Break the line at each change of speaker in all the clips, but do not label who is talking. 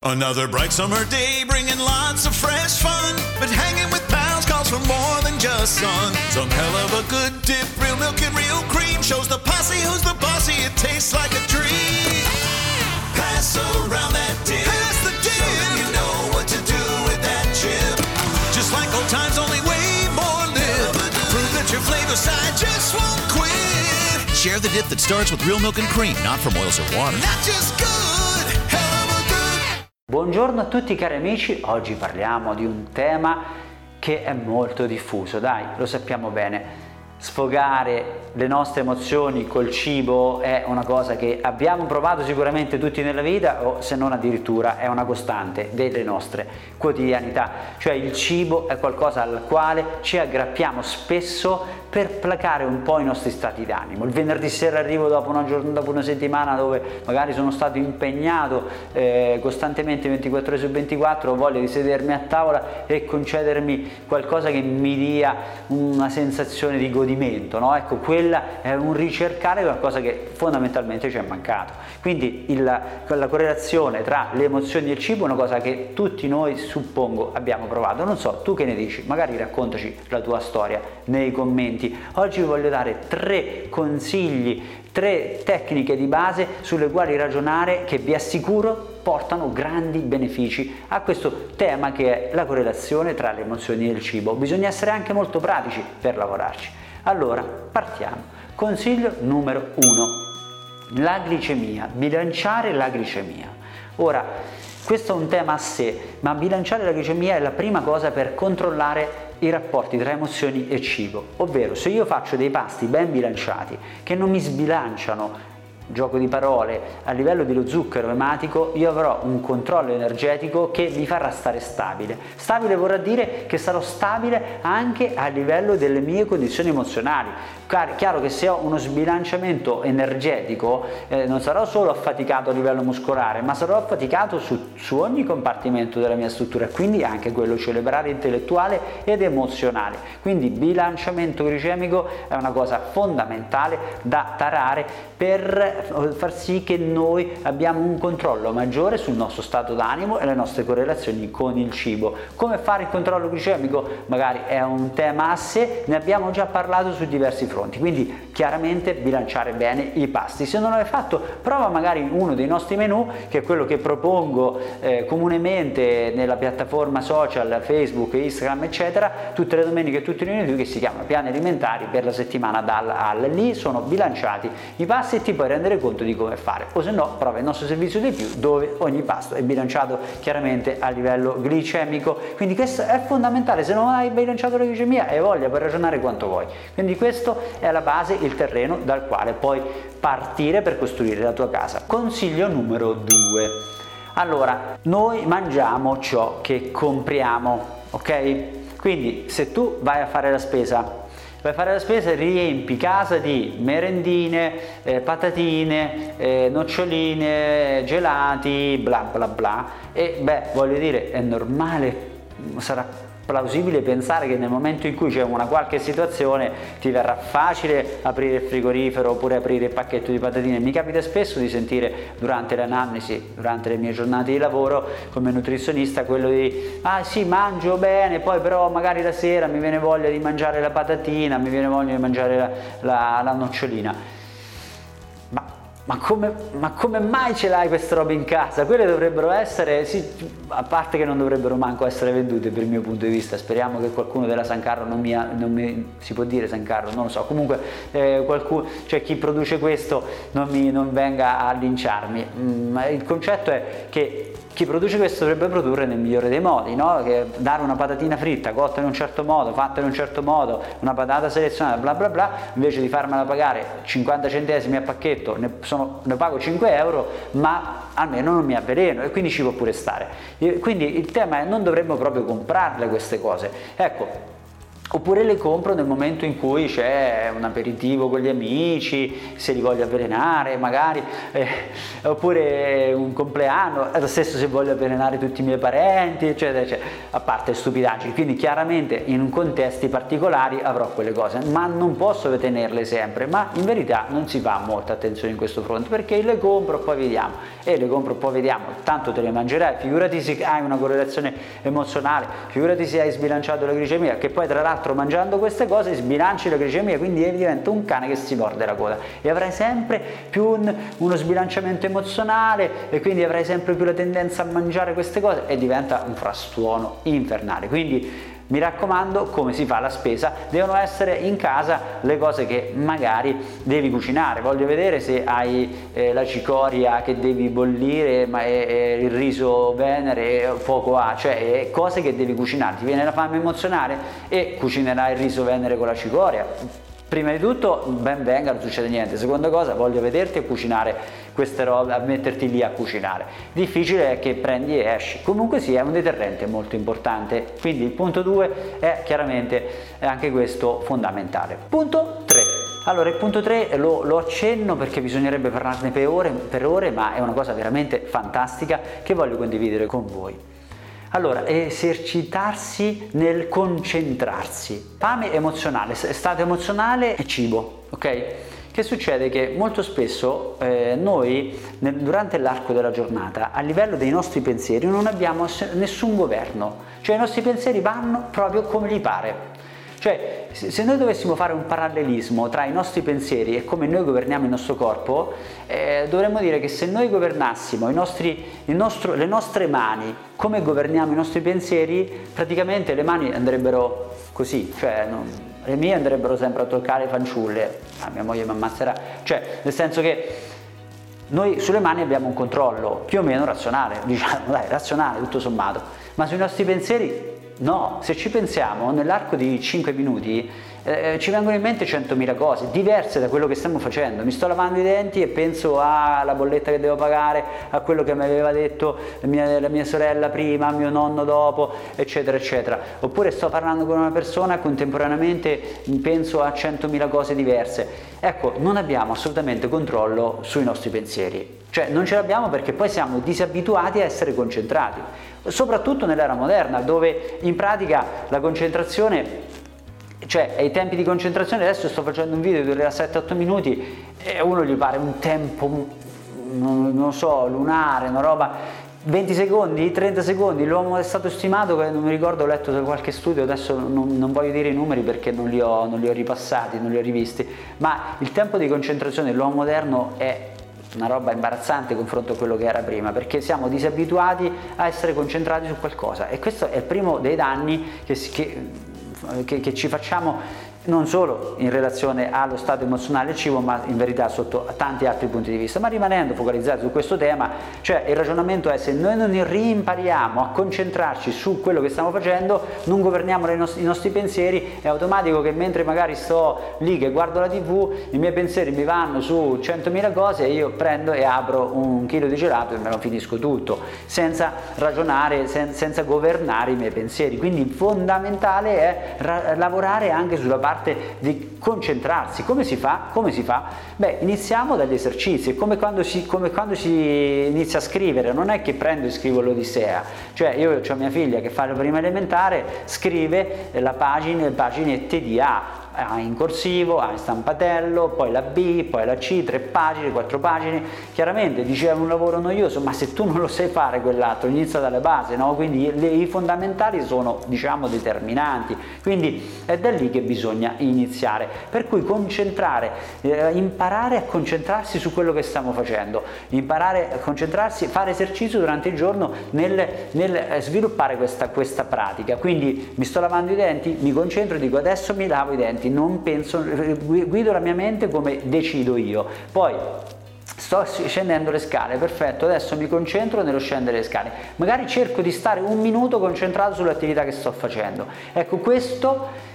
Another bright summer day bringing lots of fresh fun, but hanging with pals calls for more than just sun. Some hell of a good dip, real milk and real cream shows the posse who's the bossy. It tastes like a dream. Pass around that dip, pass the dip, so that you know what to do with that chip. Just like old times, only way more live. Prove that your flavor side just won't quit.
Share the dip that starts with real milk and cream, not from oils or water.
Not just good, hell of a good.
Buongiorno a tutti cari amici, oggi parliamo di un tema che è molto diffuso, dai, lo sappiamo bene. Sfogare le nostre emozioni col cibo è una cosa che abbiamo provato sicuramente tutti nella vita, o se non addirittura è una costante delle nostre quotidianità. Cioè il cibo è qualcosa al quale ci aggrappiamo spesso per placare un po' i nostri stati d'animo. Il venerdì sera arrivo dopo una settimana dove magari sono stato impegnato costantemente 24 ore su 24, ho voglia di sedermi a tavola e concedermi qualcosa che mi dia una sensazione di godimento, no? Ecco, quella è un ricercare qualcosa che fondamentalmente ci è mancato. Quindi la correlazione tra le emozioni e il cibo è una cosa che tutti noi, suppongo, abbiamo provato. Non so, tu che ne dici? Magari raccontaci la tua storia nei commenti. Oggi vi voglio dare 3 consigli, 3 tecniche di base sulle quali ragionare che vi assicuro portano grandi benefici a questo tema che è la correlazione tra le emozioni e il cibo. Bisogna essere anche molto pratici per lavorarci. Allora, partiamo. Consiglio numero 1. La glicemia, bilanciare la glicemia. Ora, questo è un tema a sé, ma bilanciare la glicemia è la prima cosa per controllare i rapporti tra emozioni e cibo, ovvero se io faccio dei pasti ben bilanciati che non mi sbilanciano, gioco di parole, a livello dello zucchero ematico, io avrò un controllo energetico che mi farà stare stabile. Stabile vorrà dire che sarò stabile anche a livello delle mie condizioni emozionali. Chiaro che se ho uno sbilanciamento energetico non sarò solo affaticato a livello muscolare, ma sarò affaticato su ogni compartimento della mia struttura, quindi anche quello cerebrale, intellettuale ed emozionale. Quindi bilanciamento glicemico è una cosa fondamentale da tarare per far sì che noi abbiamo un controllo maggiore sul nostro stato d'animo e le nostre correlazioni con il cibo. Come fare il controllo glicemico? Magari è un tema a sé, ne abbiamo già parlato su diversi fronti, quindi chiaramente bilanciare bene i pasti. Se non l'hai fatto, prova magari uno dei nostri menù, che è quello che propongo comunemente nella piattaforma social Facebook, Instagram eccetera, tutte le domeniche e tutti i lunedì, che si chiama Piani Alimentari per la settimana dal al. Lì sono bilanciati i pasti e ti puoi rendere conto di come fare, o se no prova il nostro servizio di più, dove ogni pasto è bilanciato chiaramente a livello glicemico. Quindi questo è fondamentale. Se non hai bilanciato la glicemia hai voglia per ragionare quanto vuoi. Quindi questo è la base, il terreno dal quale puoi partire per costruire la tua casa. Consiglio numero 2. Allora, noi mangiamo ciò che compriamo, ok? Quindi se tu vai a fare la spesa e riempi casa di merendine, patatine, noccioline, gelati, bla bla bla, e voglio dire, è normale, sarà plausibile pensare che nel momento in cui c'è una qualche situazione ti verrà facile aprire il frigorifero oppure aprire il pacchetto di patatine. Mi capita spesso di sentire durante l'anamnesi, durante le mie giornate di lavoro come nutrizionista, quello di sì, mangio bene, poi però magari la sera mi viene voglia di mangiare la patatina, mi viene voglia di mangiare la nocciolina. Ma come mai ce l'hai queste robe in casa? Quelle dovrebbero essere, sì, a parte che non dovrebbero manco essere vendute per il mio punto di vista. Speriamo che qualcuno della San Carlo non mi si può dire San Carlo, non lo so, comunque qualcuno, cioè chi produce questo non venga a linciarmi. Ma il concetto è che chi produce questo dovrebbe produrre nel migliore dei modi, no? Che dare una patatina fritta cotta in un certo modo, fatta in un certo modo, una patata selezionata, bla bla bla, invece di farmela pagare 50 centesimi a pacchetto, ne pago 5 euro, ma almeno non mi avveleno, e quindi ci può pure stare. Quindi il tema è: non dovremmo proprio comprarle queste cose. Ecco, Oppure le compro nel momento in cui c'è un aperitivo con gli amici, se li voglio avvelenare magari, oppure un compleanno, lo stesso se voglio avvelenare tutti i miei parenti, eccetera, eccetera, a parte stupidaggini. Quindi chiaramente in contesti particolari avrò quelle cose, ma non posso tenerle sempre, ma in verità non si fa molta attenzione in questo fronte, perché le compro poi vediamo, tanto te le mangerai, figurati se hai una correlazione emozionale, figurati se hai sbilanciato la glicemia, che poi tra l'altro mangiando queste cose sbilanci la glicemia, quindi diventa un cane che si morde la coda e avrai sempre più uno sbilanciamento emozionale e quindi avrai sempre più la tendenza a mangiare queste cose e diventa un frastuono infernale. Quindi mi raccomando, come si fa la spesa, devono essere in casa le cose che magari devi cucinare. Voglio vedere se hai la cicoria che devi bollire, ma il riso venere poco ha, cioè cose che devi cucinare. Ti viene la fame emozionale e cucinerai il riso venere con la cicoria. Prima di tutto ben venga, non succede niente. Seconda cosa, voglio vederti a cucinare queste robe, a metterti lì a cucinare. Difficile è che prendi e esci. Comunque sì, è un deterrente molto importante. Quindi il punto 2 è chiaramente anche questo fondamentale. Punto 3. Allora, il punto 3 lo accenno perché bisognerebbe parlarne per ore, ma è una cosa veramente fantastica che voglio condividere con voi. Allora, esercitarsi nel concentrarsi. Fame emozionale, stato emozionale e cibo, ok? Che succede? Che molto spesso noi durante l'arco della giornata a livello dei nostri pensieri non abbiamo nessun governo, cioè i nostri pensieri vanno proprio come gli pare. Cioè, se noi dovessimo fare un parallelismo tra i nostri pensieri e come noi governiamo il nostro corpo, dovremmo dire che se noi governassimo le nostre mani come governiamo i nostri pensieri, praticamente le mani andrebbero così, cioè le mie andrebbero sempre a toccare fanciulle, mia moglie mi ammazzerà, cioè nel senso che noi sulle mani abbiamo un controllo più o meno razionale, diciamo, dai, razionale tutto sommato, ma sui nostri pensieri no. Se ci pensiamo nell'arco di 5 minuti ci vengono in mente 100.000 cose diverse da quello che stiamo facendo. Mi sto lavando i denti e penso alla bolletta che devo pagare, a quello che mi aveva detto la mia sorella prima, mio nonno dopo, eccetera eccetera. Oppure sto parlando con una persona e contemporaneamente penso a 100.000 cose diverse. Ecco, non abbiamo assolutamente controllo sui nostri pensieri, cioè non ce l'abbiamo perché poi siamo disabituati a essere concentrati, soprattutto nell'era moderna, dove in pratica la concentrazione, cioè ai tempi di concentrazione, adesso sto facendo un video che durerà 7-8 minuti e a uno gli pare un tempo, non so, lunare, una roba, 20 secondi, 30 secondi, l'uomo è stato stimato, non mi ricordo, ho letto da qualche studio, adesso non voglio dire i numeri perché non li ho ripassati, non li ho rivisti, ma il tempo di concentrazione dell'uomo moderno è una roba imbarazzante in confronto a quello che era prima, perché siamo disabituati a essere concentrati su qualcosa e questo è il primo dei danni che ci facciamo, non solo in relazione allo stato emozionale del cibo, ma in verità sotto tanti altri punti di vista. Ma rimanendo focalizzati su questo tema, cioè il ragionamento è: se noi non rimpariamo a concentrarci su quello che stiamo facendo, non governiamo i nostri pensieri, è automatico che mentre magari sto lì che guardo la TV, i miei pensieri mi vanno su 100.000 cose e io prendo e apro un chilo di gelato e me lo finisco tutto, senza ragionare, senza governare i miei pensieri. Quindi fondamentale è lavorare anche sulla parte di concentrarsi. Come si fa? Beh, iniziamo dagli esercizi, come quando si inizia a scrivere. Non è che prendo e scrivo l'Odissea, cioè io ho mia figlia che fa la prima elementare, scrive le paginette di A in corsivo, A in stampatello, poi la B, poi la C, 3 pagine, 4 pagine. Chiaramente dice: è un lavoro noioso, ma se tu non lo sai fare quell'altro, inizia dalle basi, no? Quindi i fondamentali sono, diciamo, determinanti, quindi è da lì che bisogna iniziare. Per cui imparare a concentrarsi su quello che stiamo facendo, imparare a concentrarsi, fare esercizio durante il giorno nel sviluppare questa pratica. Quindi mi sto lavando i denti, mi concentro, dico: adesso mi lavo i denti, non penso, guido la mia mente come decido io. Poi sto scendendo le scale, perfetto, adesso mi concentro nello scendere le scale, magari cerco di stare un minuto concentrato sull'attività che sto facendo. Ecco, questo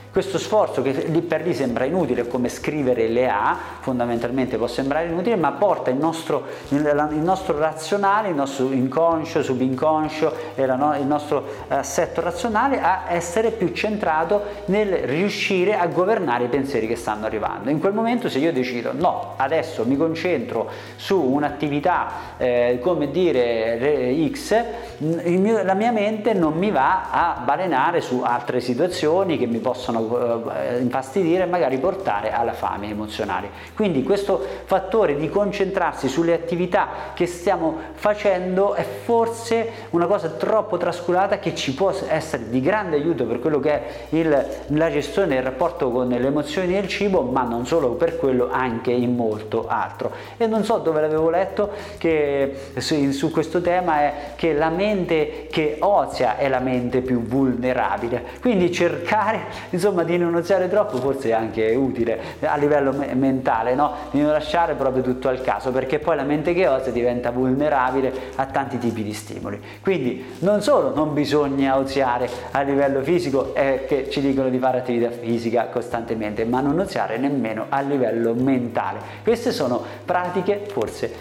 questo sforzo che lì per lì sembra inutile, come scrivere le A, fondamentalmente può sembrare inutile, ma porta il nostro razionale, il nostro inconscio, subinconscio e il nostro assetto razionale a essere più centrato nel riuscire a governare i pensieri che stanno arrivando. In quel momento, se io decido no, adesso mi concentro su un'attività come dire X, la mia mente non mi va a balenare su altre situazioni che mi possono infastidire e magari portare alla fame emozionale. Quindi questo fattore di concentrarsi sulle attività che stiamo facendo è forse una cosa troppo trascurata, che ci può essere di grande aiuto per quello che è la gestione del rapporto con le emozioni e il cibo, ma non solo per quello, anche in molto altro. E non so dove l'avevo letto che su questo tema, è che la mente che ozia è la mente più vulnerabile, quindi cercare di non oziare troppo forse è anche utile a livello mentale, no? Di non lasciare proprio tutto al caso, perché poi la mente che ozia diventa vulnerabile a tanti tipi di stimoli. Quindi non solo non bisogna oziare a livello fisico, che ci dicono di fare attività fisica costantemente, ma non oziare nemmeno a livello mentale. Queste sono pratiche forse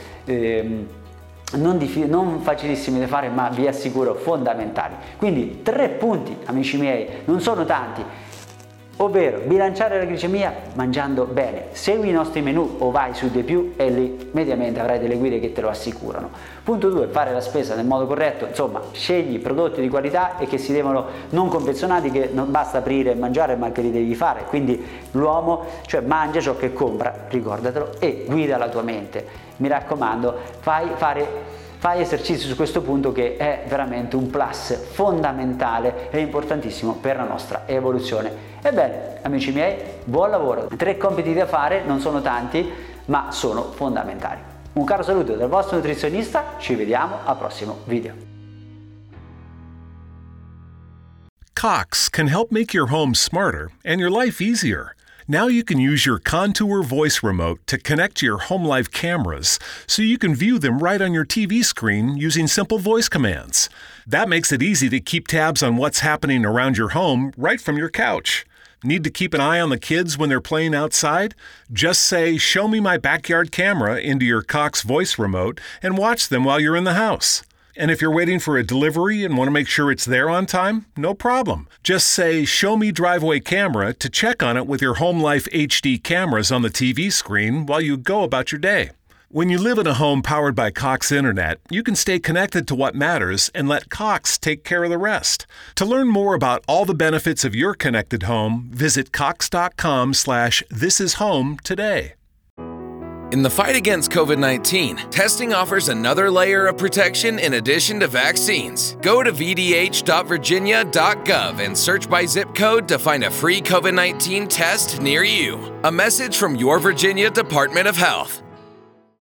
non facilissime da fare, ma vi assicuro fondamentali. Quindi 3 punti, amici miei, non sono tanti, ovvero bilanciare la glicemia mangiando bene, segui i nostri menù o vai su De Più e lì mediamente avrai delle guide che te lo assicurano. Punto 2, fare la spesa nel modo corretto, insomma scegli prodotti di qualità e che si devono non confezionati, che non basta aprire e mangiare ma che li devi fare, quindi l'uomo mangia ciò che compra, ricordatelo, e guida la tua mente. Mi raccomando, fai esercizi su questo punto, che è veramente un plus fondamentale e importantissimo per la nostra evoluzione. Ebbene, amici miei, buon lavoro. 3 compiti da fare, non sono tanti, ma sono fondamentali. Un caro saluto dal vostro nutrizionista, ci vediamo al prossimo video.
Cox can help make your home smarter and your life easier. Now you can use your Contour voice remote to connect to your home life cameras so you can view them right on your TV screen using simple voice commands. That makes it easy to keep tabs on what's happening around your home right from your couch. Need to keep an eye on the kids when they're playing outside? Just say, "Show me my backyard camera" into your Cox voice remote and watch them while you're in the house. And if you're waiting for a delivery and want to make sure it's there on time, no problem. Just say, "Show me driveway camera" to check on it with your Home Life HD cameras on the TV screen while you go about your day. When you live in a home powered by Cox Internet, you can stay connected to what matters and let Cox take care of the rest. To learn more about all the benefits of your connected home, visit cox.com/thisishome today.
In the fight against COVID-19, testing offers another layer of protection in addition to vaccines. Go to vdh.virginia.gov and search by zip code to find a free COVID-19 test near you. A message from your Virginia Department of Health.